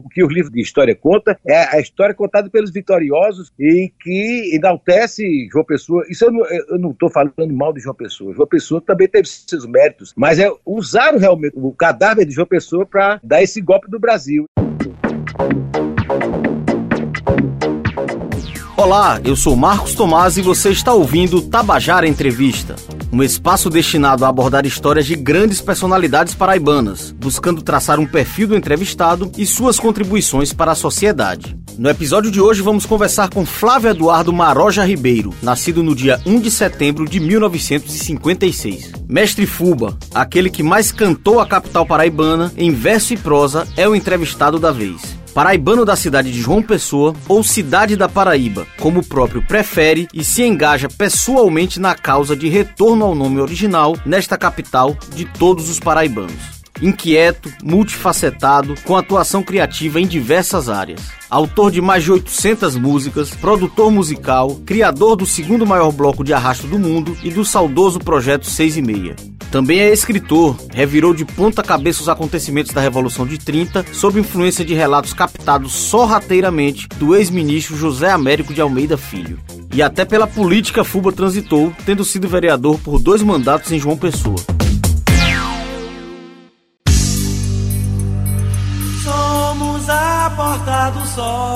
O que os livros de história contam é a história contada pelos vitoriosos e que enaltece João Pessoa. Isso eu não estou falando mal de João Pessoa. João Pessoa também teve seus méritos, mas usaram realmente o cadáver de João Pessoa para dar esse golpe do Brasil. Olá, eu sou Marcos Tomás e você está ouvindo Tabajara Entrevista, um espaço destinado a abordar histórias de grandes personalidades paraibanas, buscando traçar um perfil do entrevistado e suas contribuições para a sociedade. No episódio de hoje vamos conversar com Flávio Eduardo Maroja Ribeiro, nascido no dia 1 de setembro de 1956. Mestre Fuba, aquele que mais cantou a capital paraibana em verso e prosa, é o entrevistado da vez. Paraibano da cidade de João Pessoa, ou Cidade da Paraíba, como o próprio prefere, e se engaja pessoalmente na causa de retorno ao nome original nesta capital de todos os paraibanos. Inquieto, multifacetado, com atuação criativa em diversas áreas. Autor de mais de 800 músicas, produtor musical, criador do segundo maior bloco de arrasto do mundo e do saudoso Projeto 6 e Meia. Também é escritor, revirou de ponta cabeça os acontecimentos da Revolução de 30, sob influência de relatos captados sorrateiramente do ex-ministro José Américo de Almeida Filho. E até pela política Fuba transitou, tendo sido vereador por 2 mandatos em João Pessoa. Somos a porta do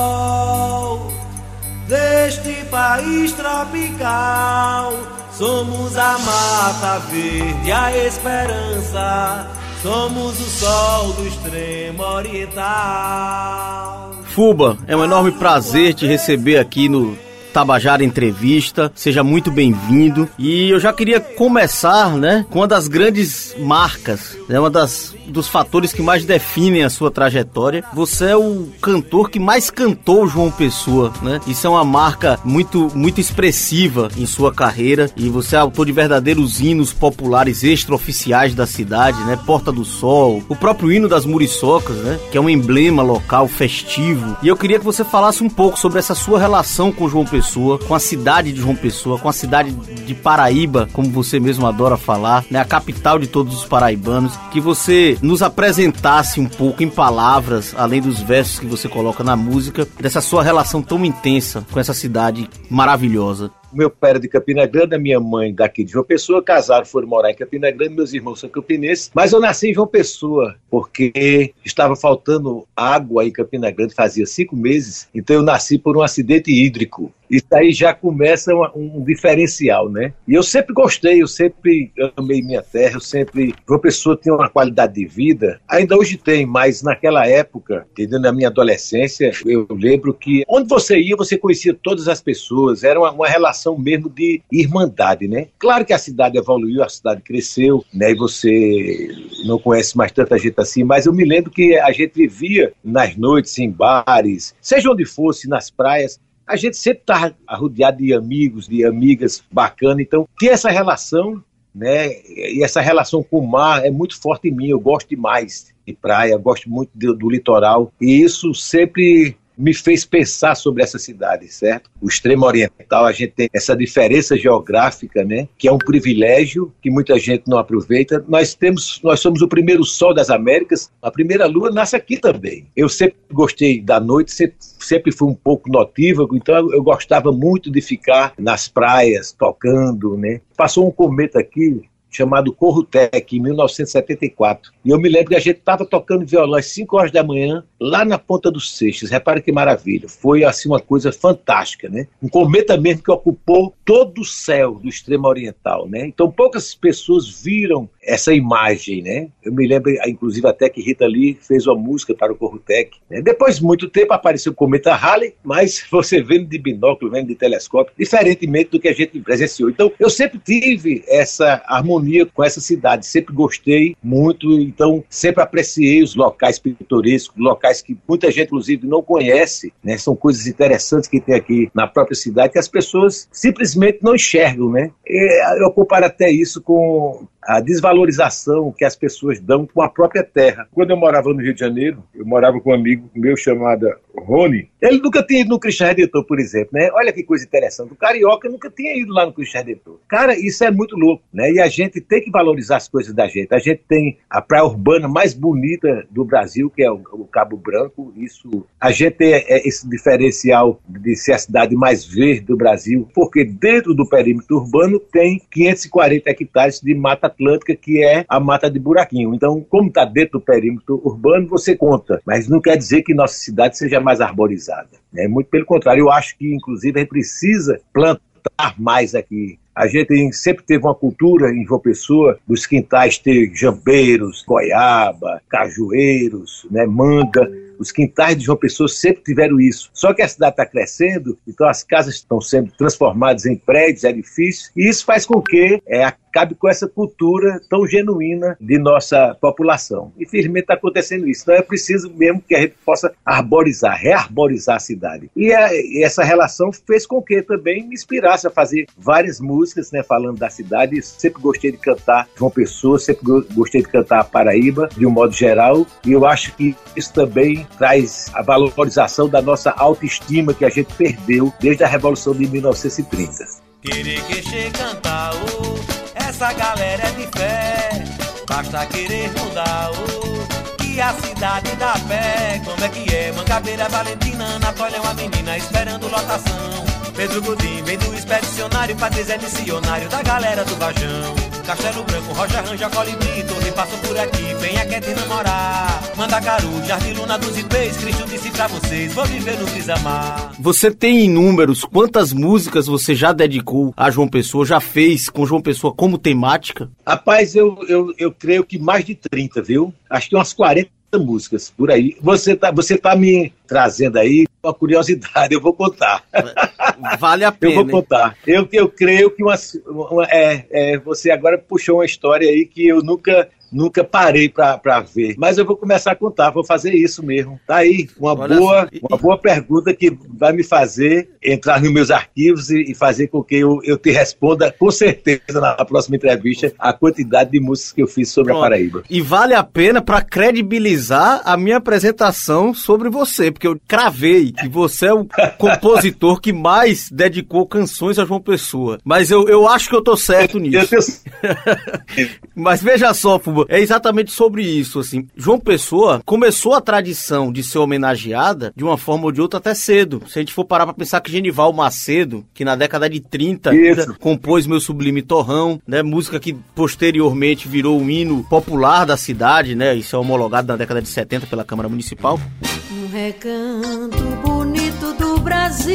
sol deste país tropical. Somos a mata verde, a esperança. Somos o sol do extremo oriental. Fuba, é um enorme prazer te receber aqui no Tabajara Entrevista, seja muito bem-vindo. E eu já queria começar, com uma das grandes marcas, dos fatores que mais definem a sua trajetória. Você é o cantor que mais cantou João Pessoa, Isso é uma marca muito, muito expressiva em sua carreira, e você é autor de verdadeiros hinos populares extraoficiais da cidade, Porta do Sol, o próprio hino das Muriçocas, que é um emblema local festivo. E eu queria que você falasse um pouco sobre essa sua relação com João Pessoa, com a cidade de João Pessoa, com a cidade de Paraíba, como você mesmo adora falar, a capital de todos os paraibanos, que você nos apresentasse um pouco em palavras, além dos versos que você coloca na música, dessa sua relação tão intensa com essa cidade maravilhosa. Meu pai era de Campina Grande, a minha mãe daqui de João Pessoa, casaram, foram morar em Campina Grande, meus irmãos são campinenses, mas eu nasci em João Pessoa, porque estava faltando água em Campina Grande, fazia 5 meses, então eu nasci por um acidente hídrico. Isso aí já começa um diferencial, E eu sempre gostei, eu sempre amei minha terra, João Pessoa tinha uma qualidade de vida, ainda hoje tem, mas naquela época, na minha adolescência, eu lembro que onde você ia, você conhecia todas as pessoas, era uma relação mesmo de irmandade, Claro que a cidade evoluiu, a cidade cresceu, E você não conhece mais tanta gente assim, mas eu me lembro que a gente vivia nas noites, em bares, seja onde fosse, nas praias, a gente sempre estava rodeado de amigos, de amigas bacanas, então tinha essa relação, E essa relação com o mar é muito forte em mim, eu gosto demais de praia, gosto muito do litoral, e isso sempre me fez pensar sobre essa cidade, certo? O extremo oriental, a gente tem essa diferença geográfica, que é um privilégio que muita gente não aproveita. Nós somos o primeiro sol das Américas, a primeira lua nasce aqui também. Eu sempre gostei da noite, sempre fui um pouco notívago, então eu gostava muito de ficar nas praias, tocando, Passou um cometa aqui, chamado Corrutec, em 1974. E eu me lembro que a gente estava tocando violão às 5 horas da manhã, lá na Ponta dos Seixas. Repara que maravilha. Foi, assim, uma coisa fantástica, Um cometa mesmo que ocupou todo o céu do extremo oriental, Então, poucas pessoas viram essa imagem, Eu me lembro, inclusive, até que Rita Lee fez uma música para o Corrutec, Depois de muito tempo apareceu o cometa Halley, mas você vendo de binóculo, vendo de telescópio, diferentemente do que a gente presenciou. Então, eu sempre tive essa harmonia com essa cidade, sempre gostei muito, então sempre apreciei os locais pitorescos, locais que muita gente inclusive não conhece, São coisas interessantes que tem aqui na própria cidade que as pessoas simplesmente não enxergam, E eu comparo até isso com a desvalorização que as pessoas dão com a própria terra. Quando eu morava no Rio de Janeiro, eu morava com um amigo meu chamado Rony, ele nunca tinha ido no Cristo Redentor, por exemplo, né? Olha que coisa interessante. O carioca nunca tinha ido lá no Cristo Redentor. Cara, isso é muito louco, né? E a gente tem que valorizar as coisas da gente. A gente tem a praia urbana mais bonita do Brasil, que é o Cabo Branco. Isso, a gente tem esse diferencial de ser a cidade mais verde do Brasil, porque dentro do perímetro urbano tem 540 hectares de Mata Atlântica, que é a Mata de Buraquinho. Então, como está dentro do perímetro urbano, você conta. Mas não quer dizer que nossa cidade seja mais arborizada. Muito pelo contrário, eu acho que, inclusive, a gente precisa plantar mais aqui. A gente sempre teve uma cultura em João Pessoa, dos quintais ter jambeiros, goiaba, cajueiros, né, manga. Os quintais de João Pessoa sempre tiveram isso. Só que a cidade está crescendo, então as casas estão sendo transformadas em prédios, edifícios, e isso faz com que acabe com essa cultura tão genuína de nossa população. Infelizmente está acontecendo isso. Então é preciso mesmo que a gente possa arborizar, rearborizar a cidade. E essa relação fez com que também me inspirasse a fazer várias músicas, né, falando da cidade. Sempre gostei de cantar João Pessoa, sempre gostei de cantar a Paraíba, de um modo geral, e eu acho que isso também traz a valorização da nossa autoestima que a gente perdeu desde a Revolução de 1930. Querer que cantar, essa galera é de fé, basta querer mudar, que a cidade dá pé. Como é que é? Mangabeira, Valentina, Anatólia é uma menina esperando lotação. Pedro Godinho vem do expedicionário, Patrícia é missionário da galera do Vajão. Castelo Branco, Rocha Ranja, Colibri, Torre passam por aqui, venha quer te namorar. Mandacaru, Jardim Luna dos Ipês, Cristo disse pra vocês, vou viver no Crisamar. Você tem em números quantas músicas você já dedicou a João Pessoa, já fez com João Pessoa como temática? Rapaz, eu creio que mais de 30, viu? Acho que umas 40 músicas por aí. Você tá me trazendo aí uma curiosidade, eu vou contar. Vale a pena. Eu vou contar. Eu creio que você agora puxou uma história aí que eu nunca parei para ver. Mas eu vou começar a contar, vou fazer isso mesmo. Tá aí, uma boa pergunta que vai me fazer entrar nos meus arquivos e fazer com que eu te responda com certeza na próxima entrevista a quantidade de músicas que eu fiz sobre a Paraíba. E vale a pena para credibilizar a minha apresentação sobre você, porque eu cravei que você é o compositor que mais dedicou canções a João Pessoa. Mas eu acho que eu tô certo nisso. Mas veja só, Fubá, é exatamente sobre isso, assim. João Pessoa começou a tradição de ser homenageada de uma forma ou de outra até cedo. Se a gente for parar pra pensar que Genival Macedo, que na década de 30 ainda compôs Meu Sublime Torrão, né, música que posteriormente virou um hino popular da cidade, né, isso é homologado na década de 70 pela Câmara Municipal. Um recanto bonito do Brasil,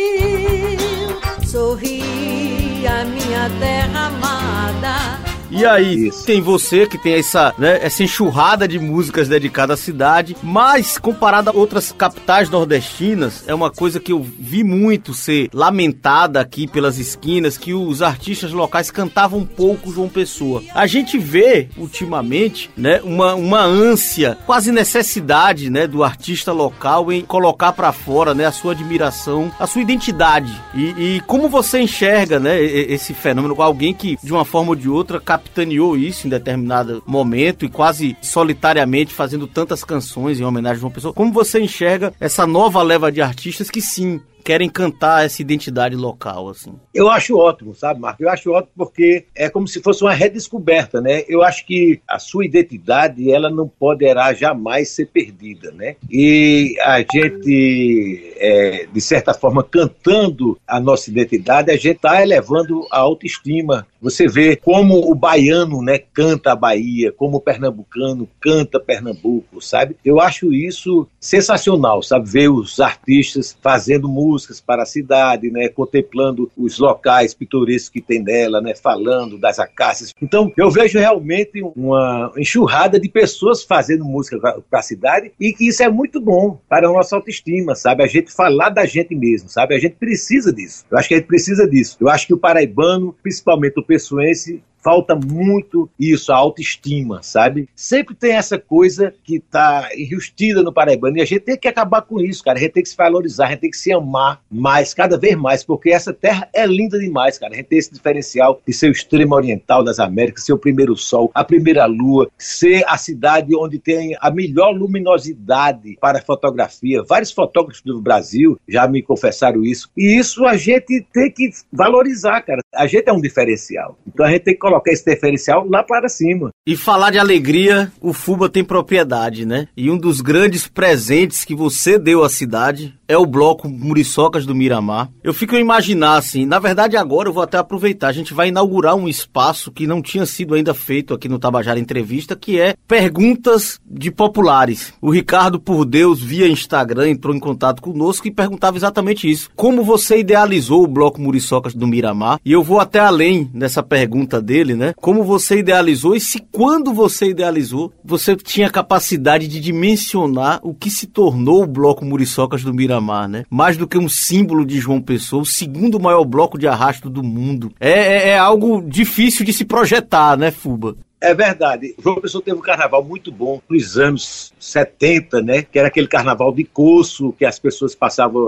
sorri a minha terra amada. E aí, tem você que tem essa enxurrada de músicas dedicadas à cidade, mas comparada a outras capitais nordestinas, é uma coisa que eu vi muito ser lamentada aqui pelas esquinas, que os artistas locais cantavam pouco João Pessoa. A gente vê, ultimamente, né, uma ânsia, quase necessidade, né, do artista local em colocar pra fora, né, a sua admiração, a sua identidade. E como você enxerga, né, esse fenômeno, alguém que, de uma forma ou de outra, capitaneou isso em determinado momento e quase solitariamente fazendo tantas canções em homenagem a João Pessoa. Como você enxerga essa nova leva de artistas que sim, querem cantar essa identidade local, assim? Eu acho ótimo, sabe, Marco? Eu acho ótimo porque é como se fosse uma redescoberta, né? Eu acho que a sua identidade, ela não poderá jamais ser perdida, né? E a gente, de certa forma, cantando a nossa identidade, a gente está elevando a autoestima. Você vê como o baiano, né, canta a Bahia, como o pernambucano canta Pernambuco, sabe? Eu acho isso sensacional, sabe? Ver os artistas fazendo músicas para a cidade, né, contemplando os locais pitorescos que tem nela, né, falando das acácias. Então, eu vejo realmente uma enxurrada de pessoas fazendo música para a cidade e que isso é muito bom para a nossa autoestima, sabe? A gente falar da gente mesmo, sabe? A gente precisa disso. Eu acho que a gente precisa disso. Eu acho que o paraibano, principalmente o pessoense, falta muito isso, a autoestima, sabe? Sempre tem essa coisa que tá enrustida no paraibano, e a gente tem que acabar com isso, cara. A gente tem que se valorizar, a gente tem que se amar mais, cada vez mais, porque essa terra é linda demais, cara. A gente tem esse diferencial de ser o extremo oriental das Américas, ser o primeiro sol, a primeira lua, ser a cidade onde tem a melhor luminosidade para fotografia. Vários fotógrafos do Brasil já me confessaram isso. E isso a gente tem que valorizar, cara. A gente é um diferencial. Então a gente tem que colocar esse diferencial lá para cima. E falar de alegria, o Fuba tem propriedade, né? E um dos grandes presentes que você deu à cidade é o bloco Muriçocas do Miramar. Eu fico a imaginar assim, na verdade agora eu vou até aproveitar, a gente vai inaugurar um espaço que não tinha sido ainda feito aqui no Tabajara Entrevista, que é perguntas de populares. O Ricardo Por Deus, via Instagram, entrou em contato conosco e perguntava exatamente isso. Como você idealizou o bloco Muriçocas do Miramar? E eu vou até além dessa pergunta dele, né? Como você idealizou e se quando você idealizou, você tinha capacidade de dimensionar o que se tornou o bloco Muriçocas do Miramar, né? Mais do que um símbolo de João Pessoa, o segundo maior bloco de arrasto do mundo. É algo difícil de se projetar, né, Fuba? É verdade. João Pessoa teve um carnaval muito bom nos anos 70, né? Que era aquele carnaval de Coço, que as pessoas passavam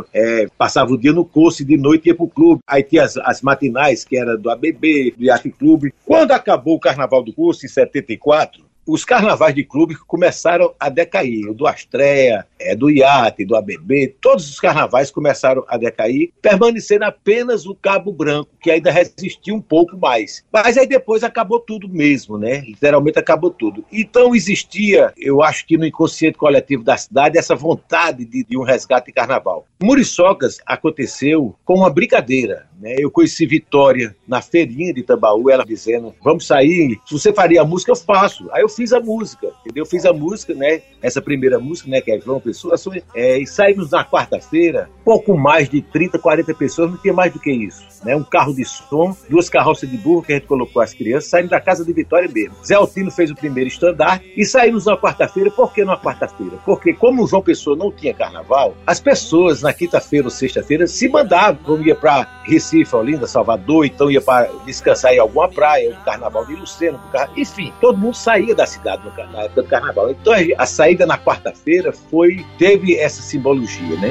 o dia no Coço e de noite ia pro clube. Aí tinha as matinais, que era do ABB, do Yacht Clube. Quando acabou o carnaval do Coço, em 74, os carnavais de clube começaram a decair. O do Astreia, do Iate, do ABB, todos os carnavais começaram a decair, permanecendo apenas o Cabo Branco, que ainda resistiu um pouco mais. Mas aí depois acabou tudo mesmo, né? Literalmente acabou tudo. Então existia, eu acho que no inconsciente coletivo da cidade, essa vontade de um resgate de carnaval. Muriçocas aconteceu com uma brincadeira, né? Eu conheci Vitória na feirinha de Tambaú, ela dizendo, vamos sair, se você faria a música, eu faço. Aí eu fiz a música, entendeu? Eu fiz a música, né? Essa primeira música, né? Que é João Pessoa. E saímos na quarta-feira, pouco mais de 30, 40 pessoas, não tinha mais do que isso, né? Um carro de som, 2 carroças de burro que a gente colocou as crianças, saímos da casa de Vitória mesmo. Zé Altino fez o primeiro estandarte e saímos na quarta-feira. Por que na quarta-feira? Porque como o João Pessoa não tinha carnaval, as pessoas na quinta-feira ou sexta-feira se mandavam, ia para Recife, Olinda, Salvador, então ia para descansar em alguma praia, o carnaval de Lucena, enfim, todo mundo saía da cidade na época do carnaval. Então a saída na quarta-feira teve essa simbologia, né?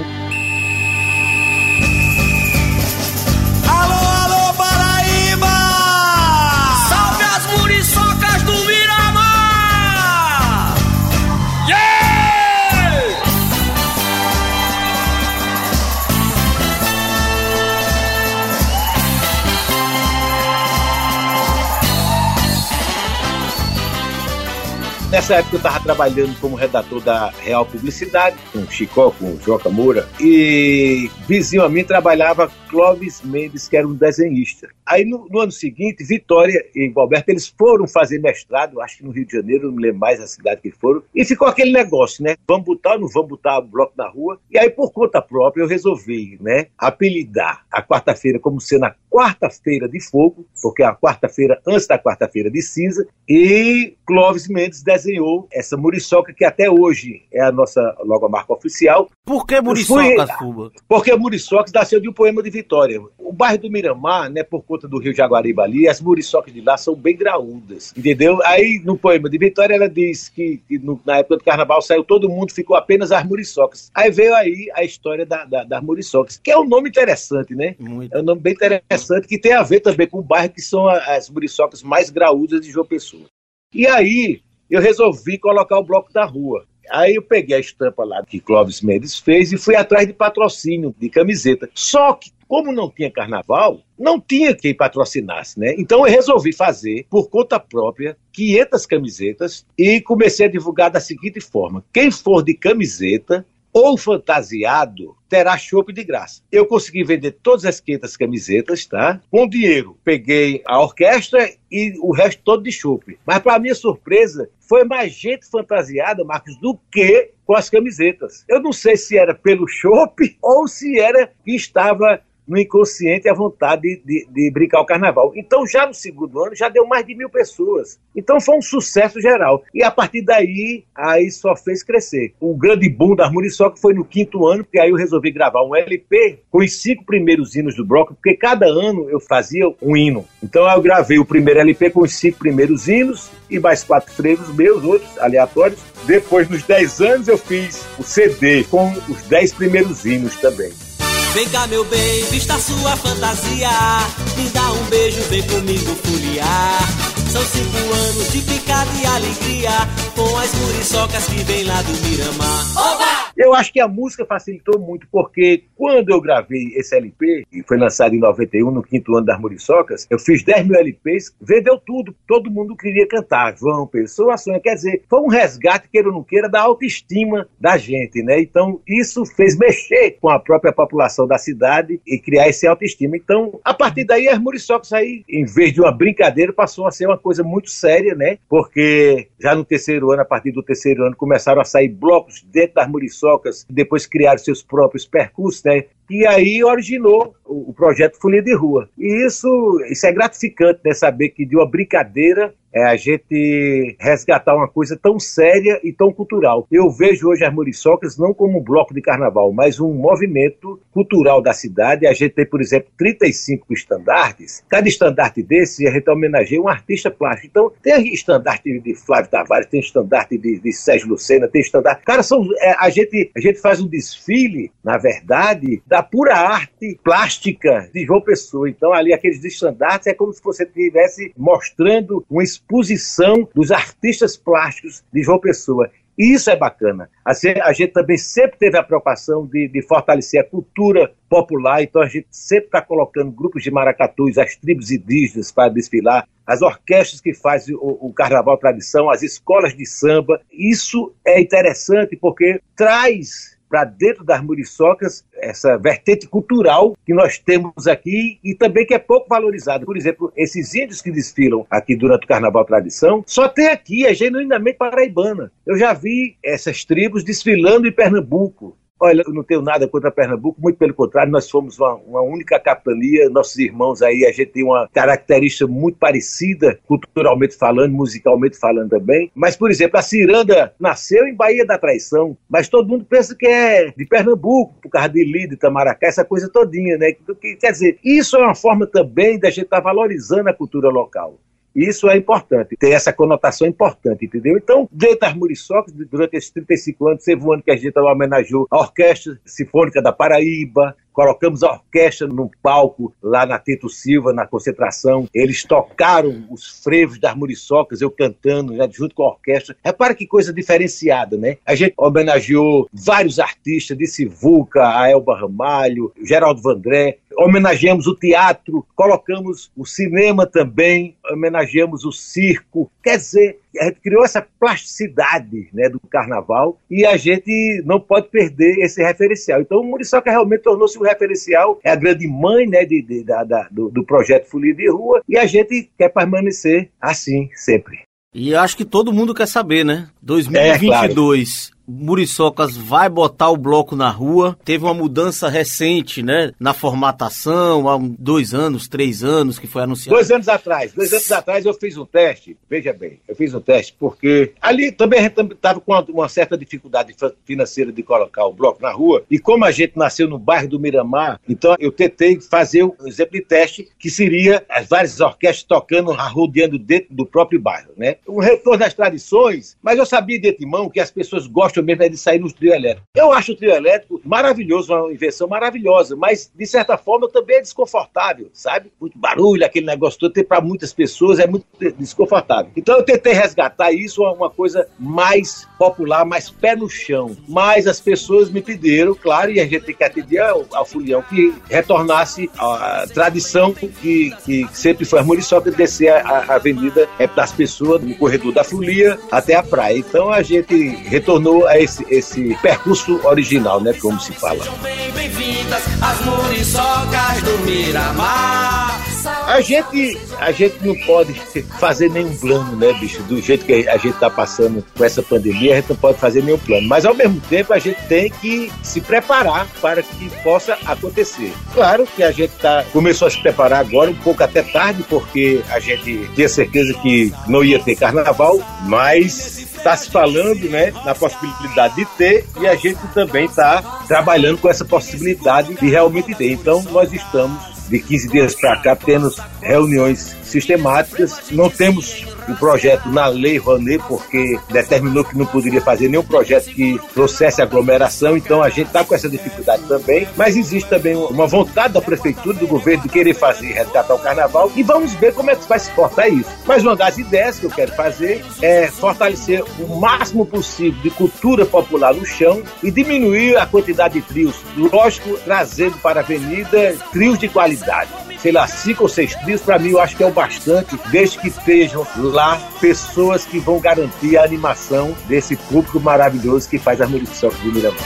Alô, alô, Paraíba! Salve as muriçocas do Miramar! Yeah! Nessa época eu estava trabalhando como redator da Real Publicidade, com o Chicó, com o Joca Moura, e vizinho a mim trabalhava Clóvis Mendes, que era um desenhista. Aí no ano seguinte, Vitória e Alberto, eles foram fazer mestrado, acho que no Rio de Janeiro, não me lembro mais a cidade que foram, e ficou aquele negócio, né? Vamos botar ou não vamos botar o bloco na rua? E aí, por conta própria, eu resolvi, né, apelidar a quarta-feira como sendo a quarta-feira de fogo, porque é a quarta-feira antes da quarta-feira de cinza, e Clóvis Mendes desenhou essa muriçoca, que até hoje é a nossa logomarca oficial. Por que Muriçocas, Fuba? Porque Muriçocas nasceu de um poema de Vitória. O bairro do Miramar, né, por conta do Rio Jaguaribe ali, as muriçocas de lá são bem graúdas, entendeu? Aí, no poema de Vitória, ela diz que na época do carnaval saiu todo mundo, ficou apenas as muriçocas. Aí veio aí a história das muriçocas, que é um nome interessante, né? Muito. É um nome bem interessante, que tem a ver também com o bairro que são as muriçocas mais graúdas de João Pessoa. E aí, eu resolvi colocar o bloco da rua. Aí eu peguei a estampa lá que Clóvis Mendes fez e fui atrás de patrocínio, de camiseta. Só que, como não tinha carnaval, não tinha quem patrocinasse, né? Então eu resolvi fazer, por conta própria, 500 camisetas e comecei a divulgar da seguinte forma. Quem for de camiseta ou fantasiado, terá chopp de graça. Eu consegui vender todas as 500 camisetas, tá? Com dinheiro, peguei a orquestra e o resto todo de chopp. Mas, para minha surpresa, foi mais gente fantasiada, Marcos, do que com as camisetas. Eu não sei se era pelo chopp ou se era que estava no inconsciente a vontade de brincar o carnaval. Então, já no segundo ano, já deu mais de 1.000 pessoas. Então, foi um sucesso geral. E a partir daí, aí só fez crescer. O grande boom das Muriçocas foi no 5º ano, porque aí eu resolvi gravar um LP com os 5 primeiros hinos do bloco, porque cada ano eu fazia um hino. Então, eu gravei o primeiro LP com os 5 primeiros hinos e mais 4 frevos meus, outros aleatórios. Depois, nos 10 anos, eu fiz o CD com os 10 primeiros hinos também. Vem cá, meu bem, vista a sua fantasia. Me dá um beijo, vem comigo foliar. São 5 anos de picada e alegria, com as muriçocas que vem lá do Miramar. Oba! Eu acho que a música facilitou muito, porque quando eu gravei esse LP, e foi lançado em 91, no 5º ano das Muriçocas, eu fiz 10 mil LPs, vendeu tudo, todo mundo queria cantar, João Pessoa, Sonha, quer dizer, foi um resgate, queira ou não queira, da autoestima da gente, né? Então, isso fez mexer com a própria população da cidade e criar esse autoestima. Então, a partir daí, as Muriçocas aí, em vez de uma brincadeira, passou a ser uma coisa muito séria, né? Porque já no 3º ano, a partir do 3º ano, começaram a sair blocos dentro das Muriçocas, depois criaram seus próprios percursos, né? E aí originou o projeto Folia de Rua. E isso é gratificante, né? Saber que de uma brincadeira a gente resgatar uma coisa tão séria e tão cultural. Eu vejo hoje as Muriçocas não como um bloco de carnaval, mas um movimento cultural da cidade. A gente tem, por exemplo, 35 estandartes. Cada estandarte desse a gente homenageia um artista plástico. Então, tem estandarte de Flávio Tavares, tem estandarte de Sérgio Lucena, tem estandarte... Cara, a gente faz um desfile, na verdade, da pura arte plástica de João Pessoa. Então, ali, aqueles estandartes é como se você estivesse mostrando uma exposição dos artistas plásticos de João Pessoa. E isso é bacana. A gente também sempre teve a preocupação de fortalecer a cultura popular, então a gente sempre está colocando grupos de maracatus, as tribos indígenas para desfilar, as orquestras que fazem o Carnaval Tradição, as escolas de samba. Isso é interessante porque traz para dentro das Muriçocas essa vertente cultural que nós temos aqui e também que é pouco valorizada. Por exemplo, esses índios que desfilam aqui durante o Carnaval Tradição, só tem aqui, é genuinamente paraibana. Eu já vi essas tribos desfilando em Pernambuco. Olha, eu não tenho nada contra Pernambuco, muito pelo contrário, nós somos uma única capitania, nossos irmãos aí, a gente tem uma característica muito parecida, culturalmente falando, musicalmente falando também. Mas, por exemplo, a ciranda nasceu em Baía da Traição, mas todo mundo pensa que é de Pernambuco, por causa de Ilha, de Itamaracá, essa coisa todinha, né? Quer dizer, isso é uma forma também da gente estar valorizando a cultura local. Isso é importante, tem essa conotação importante, entendeu? Então, dentro das Muriçocas, durante esses 35 anos, teve um ano que a gente homenageou a Orquestra Sinfônica da Paraíba, colocamos a orquestra no palco lá na Tito Silva, na concentração. Eles tocaram os frevos das Muriçocas, eu cantando, né, junto com a orquestra. Repara que coisa diferenciada, né? A gente homenageou vários artistas, de Sivuca, a Elba Ramalho, Geraldo Vandré. Homenageamos o teatro, colocamos o cinema também, homenageamos o circo. Quer dizer, a gente criou essa plasticidade, né, do carnaval e a gente não pode perder esse referencial. Então o Muriçoca realmente tornou-se um referencial, é a grande mãe, né, do projeto Folia de Rua, e a gente quer permanecer assim sempre. E acho que todo mundo quer saber, né? 2022, claro. Muriçocas vai botar o bloco na rua. Teve uma mudança recente, né? Na formatação, há 2 anos, 3 anos que foi anunciado. 2 anos atrás eu fiz um teste, veja bem, porque ali também a gente estava com uma certa dificuldade financeira de colocar o bloco na rua, e como a gente nasceu no bairro do Miramar, então eu tentei fazer um exemplo de teste, que seria as várias orquestras tocando, rodeando dentro do próprio bairro, né? Um retorno das tradições, mas eu sabia de antemão que as pessoas gostam mesmo de sair no trio elétrico. Eu acho o trio elétrico maravilhoso, uma invenção maravilhosa, mas de certa forma também é desconfortável, sabe? Muito barulho, aquele negócio todo, para muitas pessoas é muito desconfortável. Então eu tentei resgatar isso, uma coisa mais popular, mais pé no chão. Mas as pessoas me pediram, claro, e a gente tem que atender ao Folião, que retornasse a tradição que sempre foi a Muriçoca, de descer a avenida das pessoas, no corredor da Folia até a praia. Então a gente retornou a esse percurso original, né, como se fala. Bem-vindas as Muriçocas do Miramar. A gente não pode fazer nenhum plano, né, bicho? Do jeito que a gente tá passando com essa pandemia, a gente não pode fazer nenhum plano. Mas, ao mesmo tempo, a gente tem que se preparar para que possa acontecer. Claro que a gente começou a se preparar agora, um pouco até tarde, porque a gente tinha certeza que não ia ter carnaval, mas está se falando, né, na possibilidade de ter, e a gente também está trabalhando com essa possibilidade de realmente ter. Então, nós estamos de 15 dias para cá tendo reuniões sistemáticas. Não temos o projeto na Lei Rouanet, porque determinou que não poderia fazer nenhum projeto que trouxesse aglomeração, então a gente está com essa dificuldade também, mas existe também uma vontade da prefeitura, do governo, de querer fazer, resgatar o carnaval, e vamos ver como é que vai se portar isso. Mas uma das ideias que eu quero fazer é fortalecer o máximo possível de cultura popular no chão e diminuir a quantidade de trios, lógico, trazendo para a avenida trios de qualidade. Sei lá, 5 ou 6 trios, para mim eu acho que é o bastante, desde que estejam lá pessoas que vão garantir a animação desse público maravilhoso que faz a harmonia do Miramar.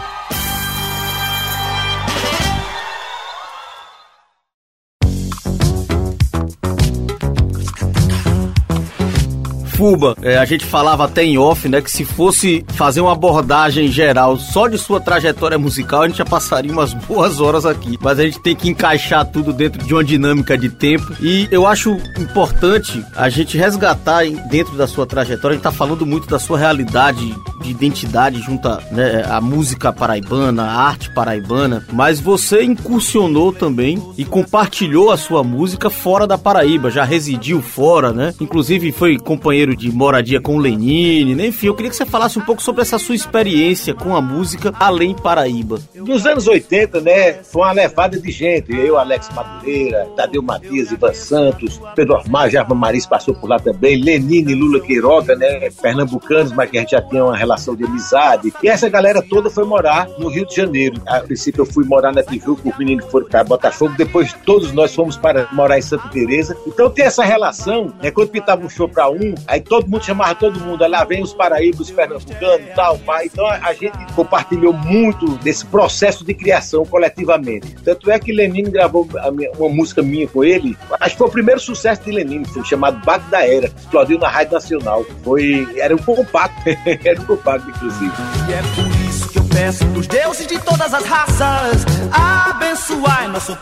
Fuba, a gente falava até em off, né, que se fosse fazer uma abordagem geral só de sua trajetória musical, a gente já passaria umas boas horas aqui, mas a gente tem que encaixar tudo dentro de uma dinâmica de tempo, e eu acho importante a gente resgatar dentro da sua trajetória. A gente tá falando muito da sua realidade de identidade junto à música paraibana, a arte paraibana, mas você incursionou também e compartilhou a sua música fora da Paraíba, já residiu fora, né? Inclusive foi companheiro de moradia com o Lenine, né? Enfim, eu queria que você falasse um pouco sobre essa sua experiência com a música além Paraíba. Nos anos 80, né, foi uma levada de gente, eu, Alex Madureira, Tadeu Matias, Ivan Santos, Pedro Ormar, Jarba Maris passou por lá também, Lenine, Lula Queiroga, né, pernambucanos, mas que a gente já tinha uma relação de amizade, e essa galera toda foi morar no Rio de Janeiro. A princípio eu fui morar na Tijuca, os meninos foram para Botafogo, depois todos nós fomos para morar em Santa Teresa. Então tem essa relação, né, quando pintava um show para um, aí todo mundo chamava todo mundo, lá vem os paraíbas, os pernambucanos, tal, pai. Então a gente compartilhou muito desse processo de criação coletivamente. Tanto é que Lenine gravou uma música minha com ele, acho que foi o primeiro sucesso de Lenine, foi chamado Baque da Era, explodiu na Rádio Nacional. Era um compacto, inclusive. E é por isso que eu peço pros deuses de todas as raças, abençoai nosso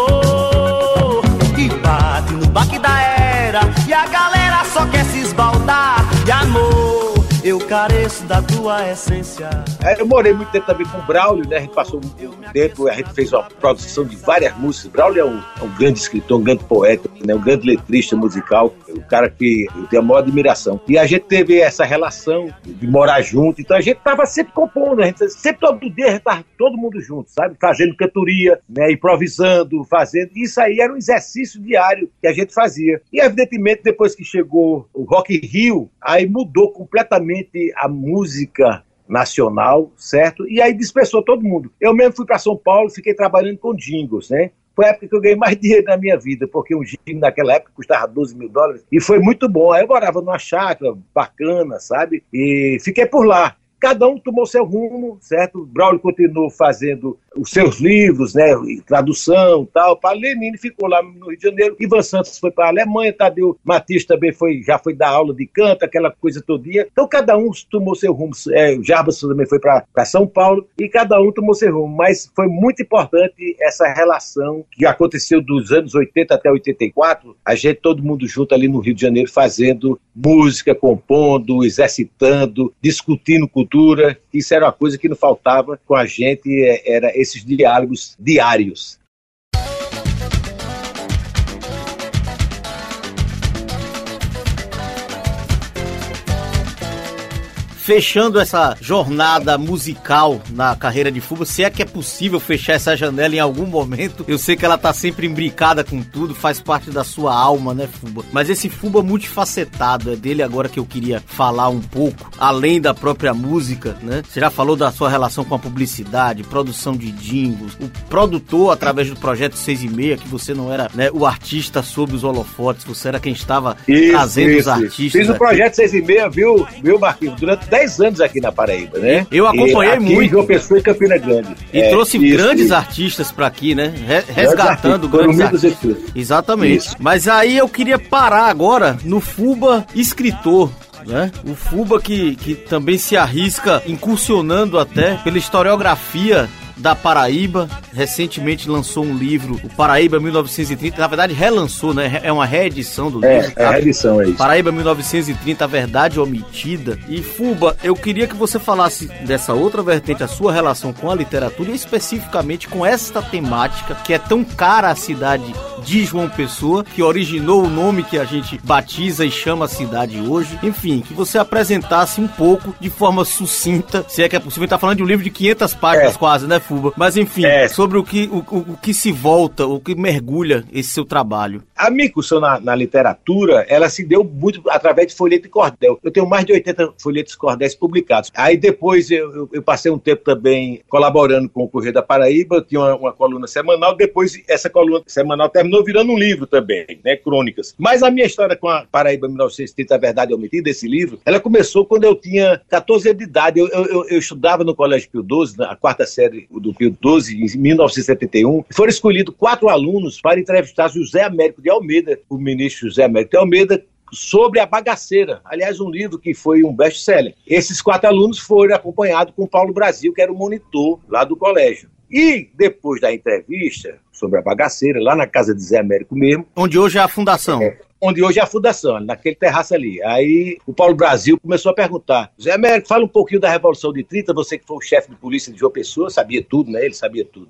tambor, que bate no baque da era, e a galera só quer se esbaldar de amor. Eu careço da tua essência. Eu morei muito tempo também com o Braulio, né? A gente passou um tempo, a gente fez uma produção de várias músicas. Braulio é um grande escritor, um grande poeta, né? Um grande letrista musical, um cara que eu tenho a maior admiração. E a gente teve essa relação de morar junto, então a gente tava sempre compondo, a gente sempre todo dia a gente tava todo mundo junto, sabe? Fazendo cantoria, né? Improvisando, fazendo. Isso aí era um exercício diário que a gente fazia. E evidentemente depois que chegou o Rock in Rio, aí mudou completamente a música nacional, certo? E aí dispersou todo mundo. Eu mesmo fui para São Paulo, fiquei trabalhando com jingles, né? Foi a época que eu ganhei mais dinheiro na minha vida, porque um jingle naquela época custava $12 mil, e foi muito bom. Aí eu morava numa chácara bacana, sabe? E fiquei por lá. Cada um tomou seu rumo, certo? O Braulio continuou fazendo os seus livros, né, tradução e tal. Para Lenine ficou lá no Rio de Janeiro. Ivan Santos foi para a Alemanha, Tadeu Matias também já foi dar aula de canto, aquela coisa todinha. Então cada um tomou seu rumo. O Jarbas também foi para São Paulo e cada um tomou seu rumo. Mas foi muito importante essa relação que aconteceu dos anos 80 até 84. A gente, todo mundo junto ali no Rio de Janeiro, fazendo música, compondo, exercitando, discutindo cultura. Isso era uma coisa que não faltava com a gente, era esses diálogos diários. Fechando essa jornada musical na carreira de Fuba, se é que é possível fechar essa janela em algum momento, eu sei que ela tá sempre imbricada com tudo, faz parte da sua alma, né, Fuba? Mas esse Fuba multifacetado, é dele agora que eu queria falar um pouco, além da própria música, né? Você já falou da sua relação com a publicidade, produção de jingles, o produtor através do Projeto 6 e Meia, que você não era, né, o artista sob os holofotes, você era quem estava trazendo os artistas. Fiz o Projeto 6 e Meia, viu Marquinhos? Durante 10 anos aqui na Paraíba, né? Eu acompanhei muito. João Pessoa e Campina Grande. E trouxe grandes artistas pra aqui, né? Resgatando grandes artistas. Exatamente. Isso. Mas aí eu queria parar agora no Fuba escritor, né? O Fuba que também se arrisca incursionando até pela historiografia da Paraíba. Recentemente lançou um livro, o Paraíba 1930, na verdade relançou, né? É uma reedição do livro. É a reedição, é isso. Paraíba 1930, a verdade omitida. E Fuba, eu queria que você falasse dessa outra vertente, a sua relação com a literatura e especificamente com esta temática que é tão cara à cidade de João Pessoa, que originou o nome que a gente batiza e chama a cidade hoje. Enfim, que você apresentasse um pouco, de forma sucinta, se é que é possível. A gente tá falando de um livro de 500 páginas quase, né, Fuba? Mas enfim, sobre o que se volta, o que mergulha esse seu trabalho. A minha incursão na literatura, ela se deu muito através de folheto e cordel. Eu tenho mais de 80 folhetos e cordéis publicados. Aí depois eu passei um tempo também colaborando com o Correio da Paraíba, eu tinha uma coluna semanal, depois essa coluna semanal terminou virando um livro também, né, crônicas. Mas a minha história com a Paraíba 1930, a verdade omitida, esse livro, ela começou quando eu tinha 14 anos de idade. Eu estudava no Colégio Pio XII, na quarta série do Pio XII, em 1971. Foram escolhidos 4 alunos para entrevistar José Américo de Almeida, o ministro José Américo de Almeida, sobre A Bagaceira. Aliás, um livro que foi um best-seller. Esses 4 alunos foram acompanhados com Paulo Brasil, que era o monitor lá do colégio. E depois da entrevista sobre A Bagaceira, lá na casa de Zé Américo mesmo... Onde hoje é a fundação. Onde hoje é a fundação, naquele terraço ali. Aí o Paulo Brasil começou a perguntar: Zé Américo, fala um pouquinho da Revolução de 30, você que foi o chefe de polícia de João Pessoa, sabia tudo, né? Ele sabia tudo.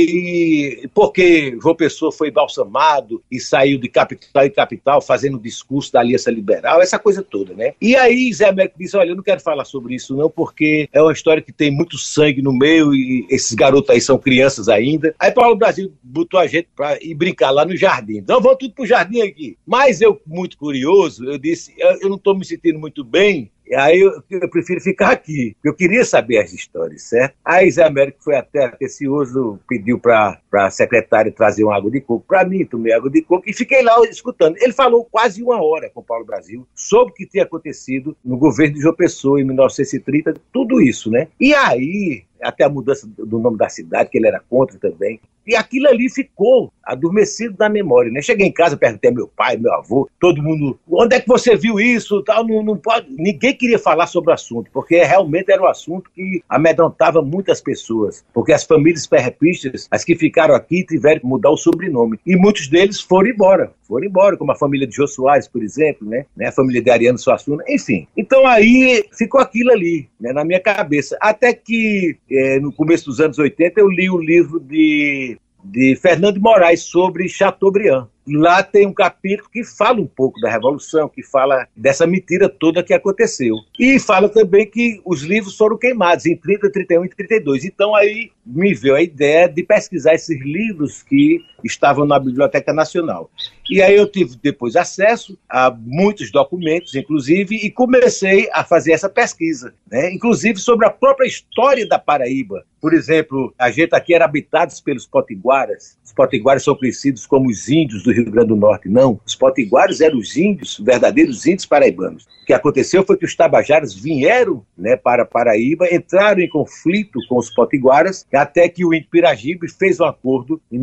Aí, porque João Pessoa foi balsamado e saiu de capital em capital, fazendo discurso da Aliança Liberal, essa coisa toda, né? E aí Zé Américo disse: olha, eu não quero falar sobre isso não, porque é uma história que tem muito sangue no meio e esses garotos aí são crianças ainda. Aí Paulo Brasil botou a gente pra ir brincar lá no jardim. Então vamos tudo pro jardim aqui. Mas eu, muito curioso, eu disse: eu não estou me sentindo muito bem, aí eu prefiro ficar aqui. Eu queria saber as histórias, certo? Aí Zé Américo foi até atencioso, pediu para a secretária trazer uma água de coco para mim, tomei água de coco e fiquei lá escutando. Ele falou quase 1 hora com o Paulo Brasil sobre o que tinha acontecido no governo de João Pessoa em 1930, tudo isso, né? E aí, até a mudança do nome da cidade, que ele era contra também. E aquilo ali ficou adormecido na memória, né? Cheguei em casa, perguntei ao meu pai, meu avô, todo mundo: onde é que você viu isso? Tal, não pode. Ninguém queria falar sobre o assunto, porque realmente era um assunto que amedrontava muitas pessoas, porque as famílias perrepistas, as que ficaram aqui, tiveram que mudar o sobrenome. E muitos deles foram embora, como a família de Jô Soares, por exemplo, né? A família de Ariano Suassuna, enfim. Então aí ficou aquilo ali, né, na minha cabeça. Até que no começo dos anos 80 eu li o livro de Fernando de Moraes sobre Chateaubriand. Lá tem um capítulo que fala um pouco da Revolução, que fala dessa mentira toda que aconteceu. E fala também que os livros foram queimados em 30, 31 e 32. Então aí me veio a ideia de pesquisar esses livros que estavam na Biblioteca Nacional. E aí eu tive depois acesso a muitos documentos, inclusive, e comecei a fazer essa pesquisa, né? Inclusive sobre a própria história da Paraíba. Por exemplo, a gente aqui era habitado pelos potiguaras. Os potiguaras são conhecidos como os índios do Rio Grande do Norte. Não, os potiguaras eram os índios, verdadeiros índios paraibanos. O que aconteceu foi que os tabajaras vieram, né, para Paraíba, entraram em conflito com os potiguaras, até que o índio Piragibe fez um acordo em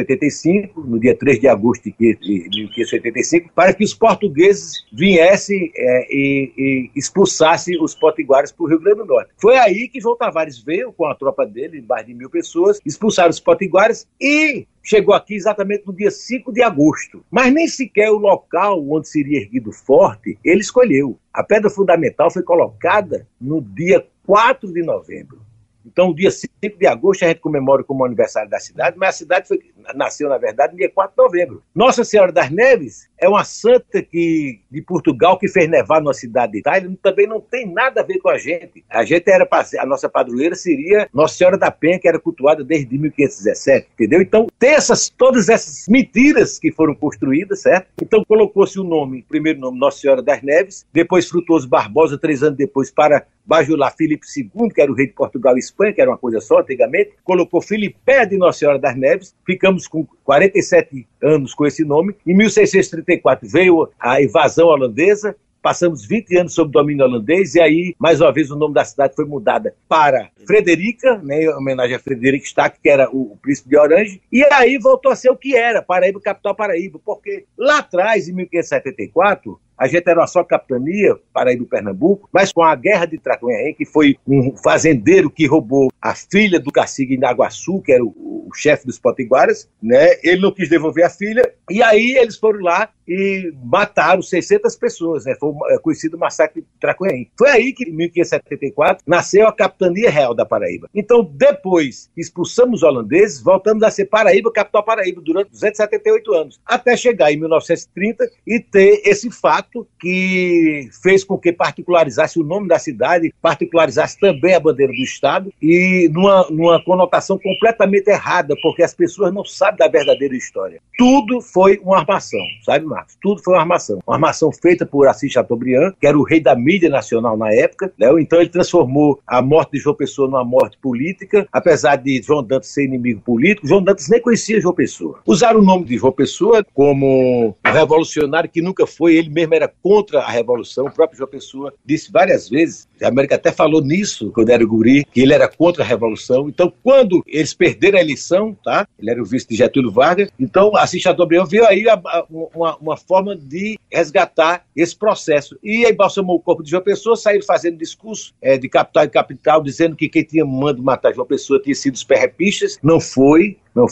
1585, no dia 3 de agosto de 1585, para que os portugueses viessem e expulsassem os potiguaras para o Rio Grande do Norte. Foi aí que João Tavares veio com a tropa dele, mais de 1.000 pessoas, expulsaram os potiguaras e chegou aqui exatamente no dia 5 de agosto. Mas nem sequer o local onde seria erguido o forte ele escolheu. A pedra fundamental foi colocada no dia 4 de novembro. Então, o dia 5 de agosto a gente comemora como aniversário da cidade, mas a cidade nasceu, na verdade, no dia 4 de novembro. Nossa Senhora das Neves é uma santa de Portugal que fez nevar numa cidade de Itália, também não tem nada a ver com a gente. A nossa padroeira seria Nossa Senhora da Penha, que era cultuada desde 1517, entendeu? Então, tem todas essas mentiras que foram construídas, certo? Então, colocou-se o nome, primeiro nome, Nossa Senhora das Neves, depois Frutuoso Barbosa, 3 anos depois, para bajular Filipe II, que era o rei de Portugal e Espanha, que era uma coisa só antigamente, colocou Filipé de Nossa Senhora das Neves, ficamos com 47 anos com esse nome. Em 1634 veio a invasão holandesa, passamos 20 anos sob domínio holandês, e aí, mais uma vez, o nome da cidade foi mudada para Frederica, né, em homenagem a Frederico Stark, que era o príncipe de Orange, e aí voltou a ser o que era, Paraíba, capital Paraíba, porque lá atrás, em 1574, a gente era uma só capitania, Paraíba e Pernambuco, mas com a Guerra de Traconhaém, que foi um fazendeiro que roubou a filha do cacique Inaguaçu, que era o chefe dos potiguaras, né? Ele não quis devolver a filha, e aí eles foram lá e mataram 600 pessoas, né? Foi o conhecido massacre de Traconhaém. Foi aí que, em 1574, nasceu a Capitania Real da Paraíba. Então, depois que expulsamos os holandeses, voltamos a ser Paraíba, capital Paraíba, durante 278 anos, até chegar em 1930 e ter esse fato que fez com que particularizasse o nome da cidade, particularizasse também a bandeira do Estado, e numa conotação completamente errada, porque as pessoas não sabem da verdadeira história. Tudo foi uma armação, sabe, Marcos? Tudo foi uma armação feita por Assis Chateaubriand, que era o rei da mídia nacional na época, né? Então ele transformou a morte de João Pessoa numa morte política, apesar de João Dantas ser inimigo político. João Dantas nem conhecia João Pessoa. Usaram o nome de João Pessoa como um revolucionário que nunca foi, ele mesmo era contra a Revolução. O próprio João Pessoa disse várias vezes, a América até falou nisso quando era guri, que ele era contra a Revolução. Então, quando eles perderam a eleição, tá? Ele era o vice de Getúlio Vargas, então Assis Chateaubriand viu aí uma forma de resgatar esse processo. E aí embalsamou o corpo de João Pessoa, saíram fazendo discurso de capital em capital, dizendo que quem tinha mando matar João Pessoa tinha sido os perrepistas. Não foi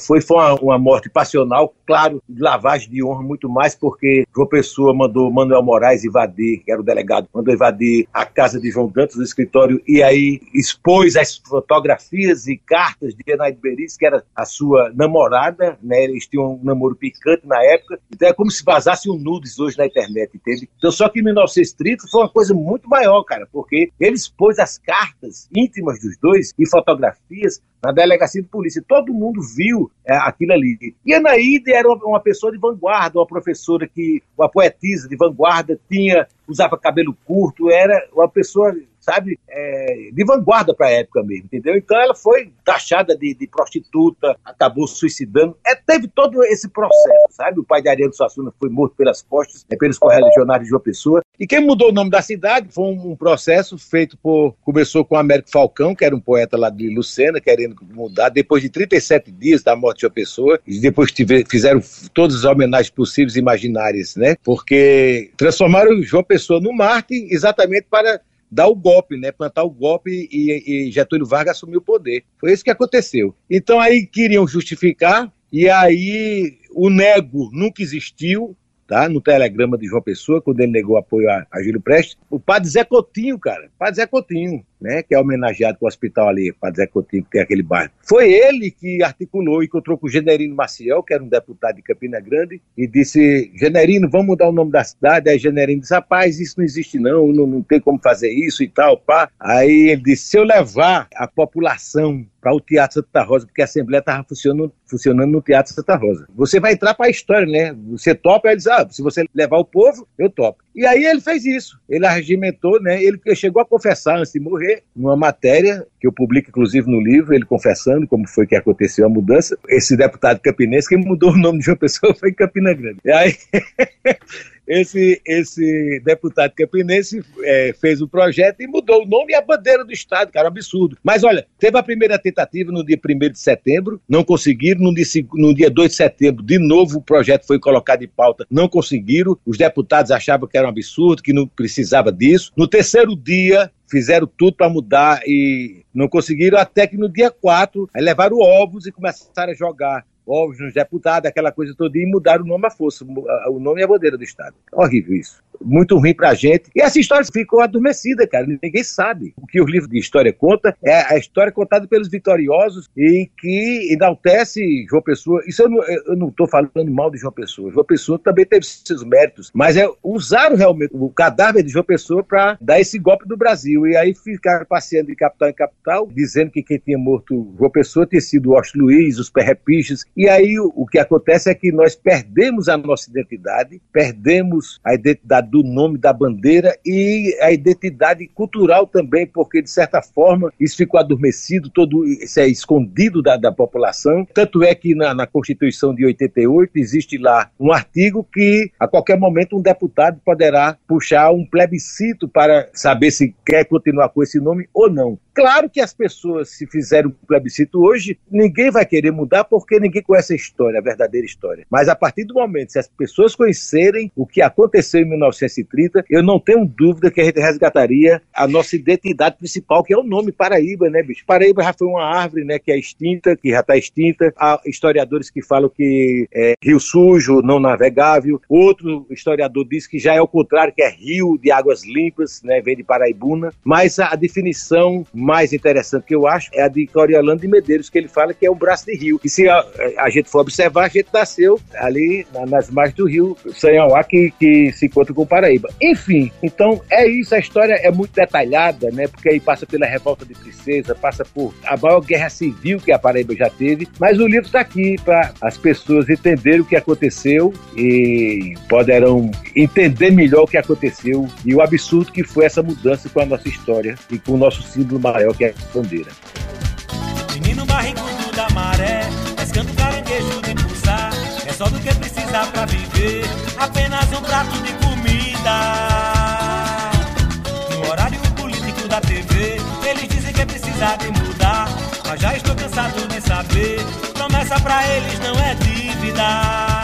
uma morte passional, claro, de lavagem de honra muito mais, porque João Pessoa mandou Manuel Moraes invadir, que era o delegado, mandou invadir a casa de João Dantas, o escritório, e aí expôs as fotografias e cartas de Enaide Beriz, que era a sua namorada, né? Eles tinham um namoro picante na época, então é como se vazasse um nudes hoje na internet, entende? Então só que em 1930 foi uma coisa muito maior, cara, porque ele expôs as cartas íntimas dos dois e fotografias na delegacia de polícia. Todo mundo viu aquilo ali. E a Enaide era uma pessoa de vanguarda, uma professora uma poetisa de vanguarda, usava cabelo curto, era uma pessoa, sabe, de vanguarda para a época mesmo, entendeu? Então ela foi taxada de prostituta, acabou suicidando, teve todo esse processo, sabe? O pai de Ariano Suassuna foi morto pelas costas, pelos correligionários de João Pessoa, e quem mudou o nome da cidade foi um processo começou com Américo Falcão, que era um poeta lá de Lucena, querendo mudar, depois de 37 dias da morte de João Pessoa, e depois fizeram todas as homenagens possíveis e imaginárias, né? Porque transformaram João Pessoa no Marte exatamente para dar o golpe, né? Plantar o golpe e Getúlio Vargas assumiu o poder. Foi isso que aconteceu. Então aí queriam justificar, e aí o nego nunca existiu, tá? No telegrama de João Pessoa, quando ele negou apoio a Júlio Prestes, o padre Zé Coutinho, cara, padre Zé Coutinho, né, que é homenageado com o hospital ali, padre Zé Coutinho, que tem aquele bairro. Foi ele que articulou e encontrou com o Generino Maciel, que era um deputado de Campina Grande, e disse: Generino, vamos mudar o nome da cidade. Aí Generino disse: rapaz, isso não existe não tem como fazer isso e tal, pá. Aí ele disse: se eu levar a população para o Teatro Santa Rosa, porque a Assembleia estava funcionando no Teatro Santa Rosa, você vai entrar para a história, né? Você topa? Ele disse: se você levar o povo, eu topo. E aí ele fez isso, ele arregimentou, né? Ele chegou a confessar antes de morrer, numa matéria que eu publico inclusive no livro, ele confessando como foi que aconteceu a mudança. Esse deputado campinense, que mudou o nome de João Pessoa foi Campina Grande. E aí esse deputado campinense fez o projeto e mudou o nome e a bandeira do Estado, cara, absurdo. Mas olha, teve a primeira tentativa no dia 1º de setembro, não conseguiram. No dia 2 de setembro, de novo, o projeto foi colocado em pauta, não conseguiram. Os deputados achavam que era um absurdo, que não precisava disso. No terceiro dia, fizeram tudo para mudar e não conseguiram, até que no dia 4, aí levaram ovos e começaram a jogar ovos nos deputados, aquela coisa toda, e mudaram o nome à força, o nome e a bandeira do Estado. Horrível isso. Muito ruim pra gente. E essa história ficou adormecida, cara. Ninguém sabe. O que o livro de história conta é a história contada pelos vitoriosos e que enaltece João Pessoa. Isso eu não estou falando mal de João Pessoa. João Pessoa também teve seus méritos, mas usaram realmente o cadáver de João Pessoa para dar esse golpe do Brasil. E aí ficaram passeando de capital em capital, dizendo que quem tinha morto João Pessoa tinha sido o Austin Luiz, os perrepiches. E aí o que acontece é que nós perdemos a nossa identidade, perdemos a identidade do nome da bandeira e a identidade cultural também, porque de certa forma isso ficou adormecido, isso é escondido da população. Tanto é que na Constituição de 88 existe lá um artigo que a qualquer momento um deputado poderá puxar um plebiscito para saber se quer continuar com esse nome ou não. Claro que as pessoas, se fizerem um plebiscito hoje, ninguém vai querer mudar porque ninguém conhece a história, a verdadeira história. Mas a partir do momento, se as pessoas conhecerem o que aconteceu em 1930, eu não tenho dúvida que a gente resgataria a nossa identidade principal, que é o nome Paraíba, né, bicho? Paraíba já foi uma árvore, né, que é extinta, que já está extinta. Há historiadores que falam que é rio sujo, não navegável. Outro historiador diz que já é o contrário, que é rio de águas limpas, né, vem de Paraibuna. Mas a definição mais interessante que eu acho é a de Coriolano de Medeiros, que ele fala que é um braço de rio. E se a gente for observar, a gente nasceu ali nas margens do rio Sanhauá, que se encontra com Paraíba. Enfim, então é isso, a história é muito detalhada, né? Porque aí passa pela Revolta de Princesa, passa por a maior guerra civil que a Paraíba já teve, mas o livro está aqui para as pessoas entenderem o que aconteceu e poderão entender melhor o que aconteceu e o absurdo que foi essa mudança com a nossa história e com o nosso símbolo maior, que é a bandeira. Menino barrigudo da maré, pescando caranguejo de pulsar, é só do que precisar pra viver, apenas um prato de comida. No horário político da TV, eles dizem que é precisar de mudar, mas já estou cansado de saber, promessa pra eles não é dívida.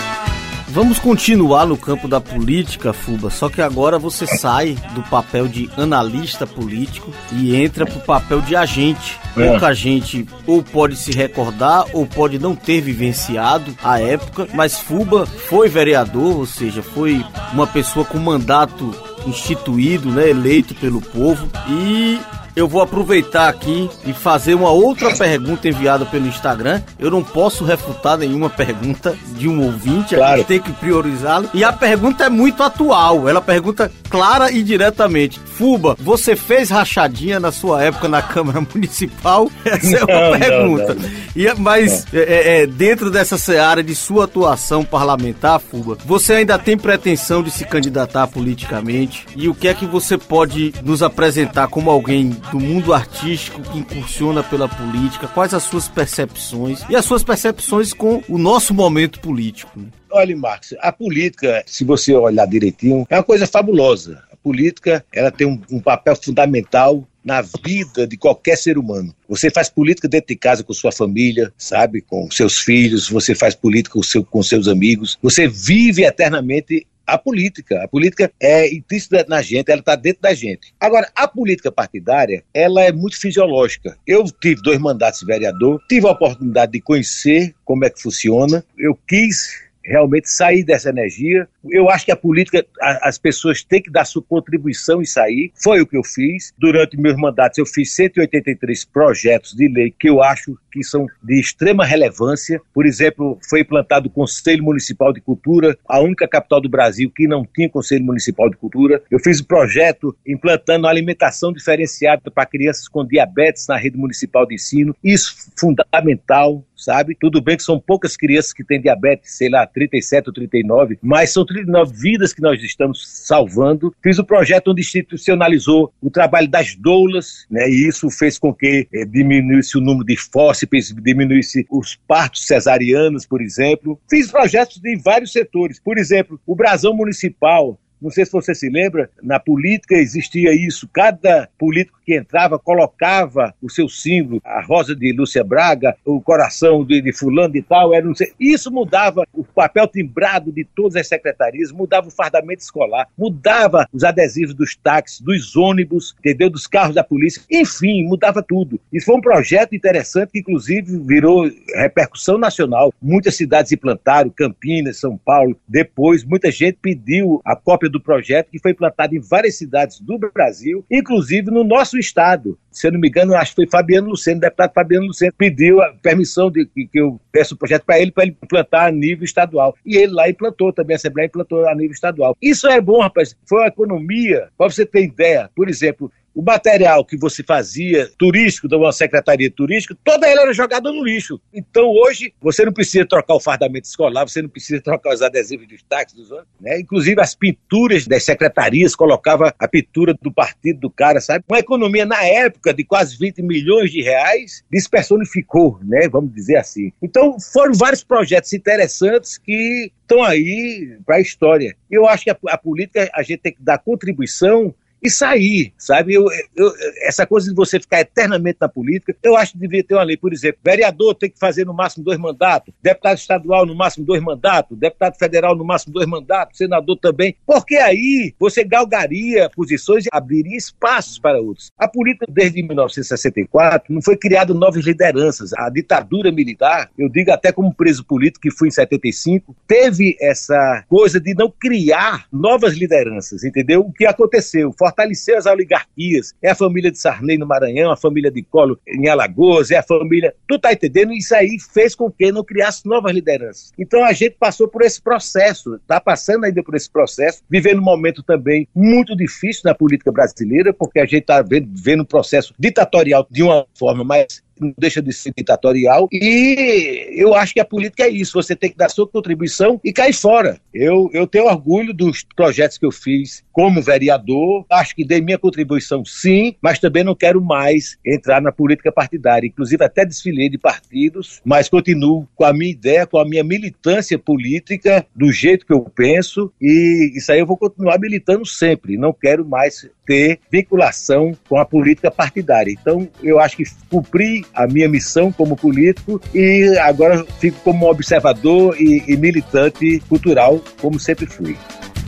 Vamos continuar no campo da política, Fuba, só que agora você sai do papel de analista político e entra pro papel de agente. Pouca gente ou pode se recordar ou pode não ter vivenciado a época, mas Fuba foi vereador, ou seja, foi uma pessoa com mandato instituído, né, eleito pelo povo. E eu vou aproveitar aqui e fazer uma outra pergunta enviada pelo Instagram. Eu não posso refutar nenhuma pergunta de um ouvinte, claro. A gente tem que priorizá-lo. E a pergunta é muito atual, ela pergunta clara e diretamente: Fuba, você fez rachadinha na sua época na Câmara Municipal? Essa é uma pergunta. Não. Mas dentro dessa seara de sua atuação parlamentar, Fuba, você ainda tem pretensão de se candidatar politicamente? E o que é que você pode nos apresentar como alguém do mundo artístico que incursiona pela política? Quais as suas percepções e as suas percepções com o nosso momento político? Olha, Marcos, a política, se você olhar direitinho, é uma coisa fabulosa. A política, ela tem um papel fundamental na vida de qualquer ser humano. Você faz política dentro de casa com sua família, sabe? Com seus filhos, você faz política com seus amigos. Você vive eternamente a política. A política é intrínseca na gente, ela está dentro da gente. Agora, a política partidária, ela é muito fisiológica. Eu tive 2 mandatos de vereador, tive a oportunidade de conhecer como é que funciona. Eu quis realmente sair dessa energia. Eu acho que a política, as pessoas têm que dar sua contribuição e sair. Foi o que eu fiz. Durante meus mandatos, eu fiz 183 projetos de lei que eu acho que são de extrema relevância. Por exemplo, foi implantado o Conselho Municipal de Cultura, a única capital do Brasil que não tinha Conselho Municipal de Cultura. Eu fiz um projeto implantando a alimentação diferenciada para crianças com diabetes na rede municipal de ensino. Isso fundamental, sabe? Tudo bem que são poucas crianças que têm diabetes, sei lá, 37 ou 39, mas são 39 vidas que nós estamos salvando. Fiz um projeto onde institucionalizou o trabalho das doulas, né? E isso fez com que diminuísse o número de fórceps, diminuísse os partos cesarianos, por exemplo. Fiz projetos em vários setores. Por exemplo, o brasão municipal. Não sei se você se lembra, na política existia isso. Cada político que entrava colocava o seu símbolo, a rosa de Lúcia Braga, o coração de fulano e tal. Não sei. Isso mudava o papel timbrado de todas as secretarias, mudava o fardamento escolar, mudava os adesivos dos táxis, dos ônibus, entendeu? Dos carros da polícia. Enfim, mudava tudo. Isso foi um projeto interessante que, inclusive, virou repercussão nacional. Muitas cidades implantaram, Campinas, São Paulo. Depois, muita gente pediu a cópia do projeto, que foi implantado em várias cidades do Brasil, inclusive no nosso estado. Se eu não me engano, acho que foi Fabiano Luceno, o deputado Fabiano Luceno pediu a permissão de que eu peça o projeto para ele implantar a nível estadual. E ele lá implantou também, a Assembleia implantou a nível estadual. Isso é bom, rapaz. Foi uma economia, para você ter ideia. Por exemplo, o material que você fazia turístico, de uma secretaria turística, toda ela era jogada no lixo. Então hoje você não precisa trocar o fardamento escolar, você não precisa trocar os adesivos dos táxis, dos ônibus, né? Inclusive as pinturas das secretarias, colocava a pintura do partido do cara, sabe? Uma economia na época de quase 20 milhões de reais despersonificou, né? Vamos dizer assim. Então foram vários projetos interessantes que estão aí para a história. Eu acho que a política, a gente tem que dar contribuição e sair, sabe? Essa coisa de você ficar eternamente na política, eu acho que devia ter uma lei, por exemplo, vereador tem que fazer no máximo 2 mandatos, deputado estadual no máximo 2 mandatos, deputado federal no máximo 2 mandatos, senador também, porque aí você galgaria posições e abriria espaços para outros. A política desde 1964 não foi criada novas lideranças, a ditadura militar, eu digo até como preso político que fui em 75, teve essa coisa de não criar novas lideranças, entendeu? O que aconteceu? Fortaleceu as oligarquias, é a família de Sarney no Maranhão, a família de Collor em Alagoas, é a família... Tu tá entendendo? Isso aí fez com que não criasse novas lideranças. Então a gente passou por esse processo, tá passando ainda por esse processo, vivendo um momento também muito difícil na política brasileira, porque a gente tá vendo um processo ditatorial de uma forma mais... não deixa de ser ditatorial, e eu acho que a política é isso, você tem que dar sua contribuição e cair fora. Eu tenho orgulho dos projetos que eu fiz como vereador, acho que dei minha contribuição sim, mas também não quero mais entrar na política partidária, inclusive até desfilei de partidos, mas continuo com a minha ideia, com a minha militância política, do jeito que eu penso, e isso aí eu vou continuar militando sempre, não quero mais ter vinculação com a política partidária. Então eu acho que cumpri a minha missão como político e agora fico como observador e militante cultural, como sempre fui.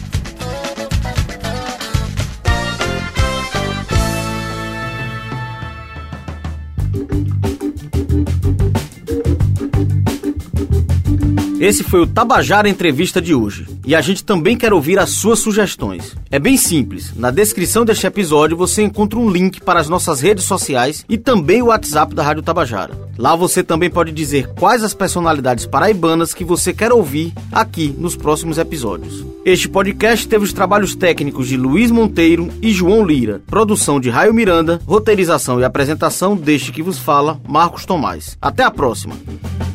Esse foi o Tabajara Entrevista de hoje. E a gente também quer ouvir as suas sugestões. É bem simples. Na descrição deste episódio você encontra um link para as nossas redes sociais e também o WhatsApp da Rádio Tabajara. Lá você também pode dizer quais as personalidades paraibanas que você quer ouvir aqui nos próximos episódios. Este podcast teve os trabalhos técnicos de Luiz Monteiro e João Lira. Produção de Raio Miranda, roteirização e apresentação deste que vos fala, Marcos Tomás. Até a próxima!